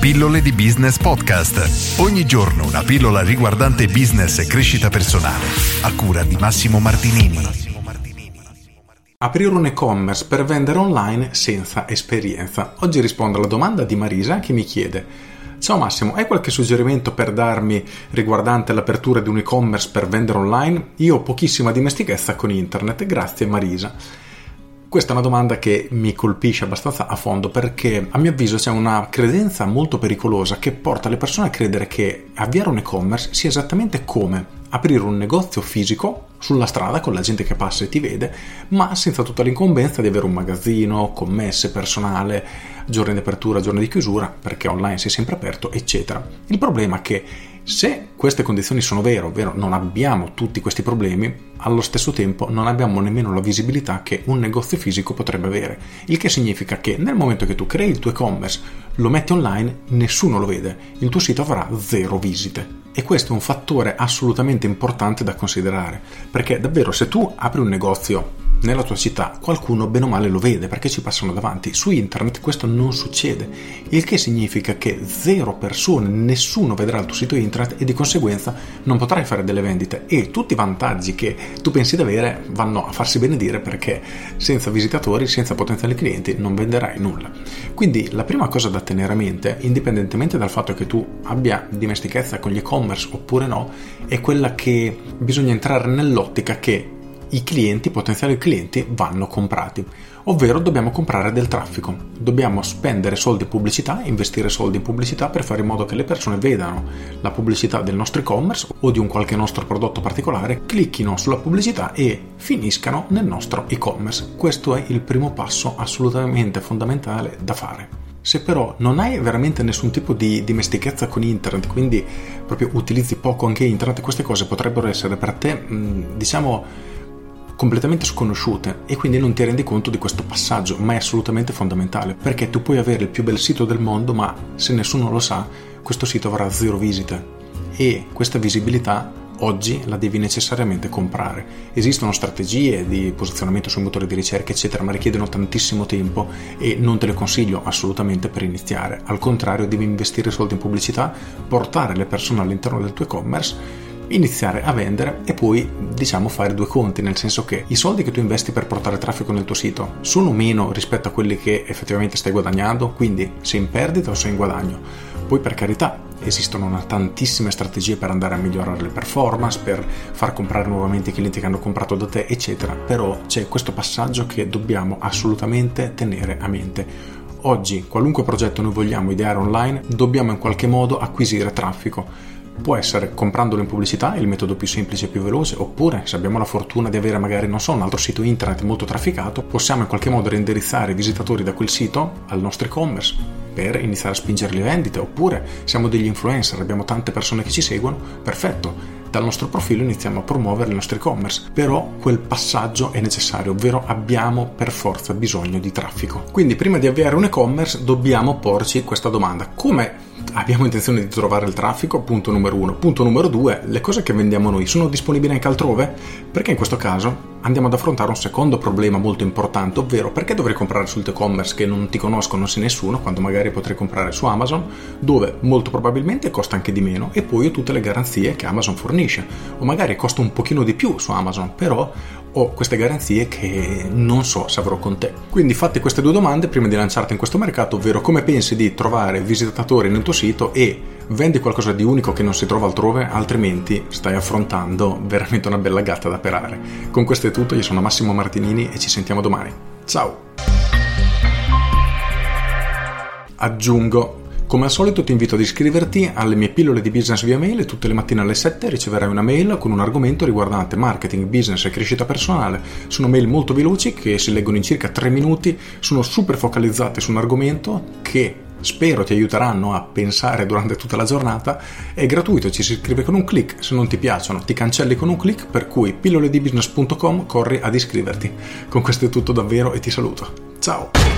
Pillole di Business Podcast. Ogni giorno una pillola riguardante business e crescita personale. A cura di Massimo Martinini. Aprire un e-commerce per vendere online senza esperienza. Oggi rispondo alla domanda di Marisa che mi chiede: ciao Massimo, hai qualche suggerimento per darmi riguardante l'apertura di un e-commerce per vendere online? Io ho pochissima dimestichezza con internet, grazie Marisa. Questa è una domanda che mi colpisce abbastanza a fondo perché a mio avviso c'è una credenza molto pericolosa che porta le persone a credere che avviare un e-commerce sia esattamente come aprire un negozio fisico sulla strada con la gente che passa e ti vede, ma senza tutta l'incombenza di avere un magazzino, commesse, personale, giorni di apertura, giorni di chiusura, perché online sei sempre aperto, eccetera. Il problema è che se queste condizioni sono vere, ovvero non abbiamo tutti questi problemi, allo stesso tempo non abbiamo nemmeno la visibilità che un negozio fisico potrebbe avere, il che significa che nel momento che tu crei il tuo e-commerce, lo metti online, nessuno lo vede, il tuo sito avrà 0 visite. E questo è un fattore assolutamente importante da considerare, perché davvero se tu apri un negozio nella tua città, qualcuno bene o male lo vede perché ci passano davanti. Su internet questo non succede, il che significa che 0 persone, nessuno vedrà il tuo sito internet e di conseguenza non potrai fare delle vendite, e tutti i vantaggi che tu pensi di avere vanno a farsi benedire, perché senza visitatori, senza potenziali clienti non venderai nulla. Quindi la prima cosa da tenere a mente, indipendentemente dal fatto che tu abbia dimestichezza con gli e-commerce oppure no, è quella che bisogna entrare nell'ottica che i clienti, potenziali clienti, vanno comprati, ovvero dobbiamo comprare del traffico, dobbiamo spendere soldi in pubblicità, investire soldi in pubblicità per fare in modo che le persone vedano la pubblicità del nostro e-commerce o di un qualche nostro prodotto particolare, clicchino sulla pubblicità e finiscano nel nostro e-commerce. Questo è il primo passo assolutamente fondamentale da fare. Se però non hai veramente nessun tipo di dimestichezza con internet, quindi proprio utilizzi poco anche internet, queste cose potrebbero essere per te, completamente sconosciute, e quindi non ti rendi conto di questo passaggio, ma è assolutamente fondamentale, perché tu puoi avere il più bel sito del mondo, ma se nessuno lo sa, questo sito avrà 0 visite, e questa visibilità oggi la devi necessariamente comprare. Esistono strategie di posizionamento sui motori di ricerca eccetera, ma richiedono tantissimo tempo e non te le consiglio assolutamente per iniziare. Al contrario, devi investire soldi in pubblicità, portare le persone all'interno del tuo e-commerce, iniziare a vendere e poi fare 2 conti, nel senso che i soldi che tu investi per portare traffico nel tuo sito sono meno rispetto a quelli che effettivamente stai guadagnando, quindi sei in perdita o sei in guadagno. Poi per carità esistono tantissime strategie per andare a migliorare le performance, per far comprare nuovamente i clienti che hanno comprato da te eccetera, però c'è questo passaggio che dobbiamo assolutamente tenere a mente. Oggi qualunque progetto noi vogliamo ideare online dobbiamo in qualche modo acquisire traffico. Può essere comprandolo in pubblicità, il metodo più semplice e più veloce, oppure se abbiamo la fortuna di avere magari un altro sito internet molto trafficato, possiamo in qualche modo reindirizzare i visitatori da quel sito al nostro e-commerce per iniziare a spingere le vendite. Oppure siamo degli influencer, abbiamo tante persone che ci seguono, perfetto, dal nostro profilo iniziamo a promuovere il nostro e-commerce, però quel passaggio è necessario, ovvero abbiamo per forza bisogno di traffico. Quindi prima di avviare un e-commerce dobbiamo porci questa domanda: come abbiamo intenzione di trovare il traffico? Punto numero 1. Punto numero 2, le cose che vendiamo noi sono disponibili anche altrove? Perché in questo caso andiamo ad affrontare un secondo problema molto importante, ovvero perché dovrei comprare sul tuo e-commerce che non ti conosco, non sei nessuno, quando magari potrei comprare su Amazon, dove molto probabilmente costa anche di meno e poi ho tutte le garanzie che Amazon fornisce, o magari costa un pochino di più su Amazon, però ho queste garanzie che non so se avrò con te. Quindi fatti queste 2 domande prima di lanciarti in questo mercato, ovvero come pensi di trovare visitatori nel tuo sito e vendi qualcosa di unico che non si trova altrove, altrimenti stai affrontando veramente una bella gatta da pelare. Con questo è tutto, io sono Massimo Martinini e ci sentiamo domani. Ciao! Aggiungo: come al solito ti invito ad iscriverti alle mie pillole di business via mail, e tutte le mattine alle 7 riceverai una mail con un argomento riguardante marketing, business e crescita personale. Sono mail molto veloci che si leggono in circa 3 minuti, sono super focalizzate su un argomento che spero ti aiuteranno a pensare durante tutta la giornata. È gratuito, ci si iscrive con un click, se non ti piacciono ti cancelli con un click, per cui pilloledibusiness.com, corri ad iscriverti. Con questo è tutto davvero e ti saluto. Ciao!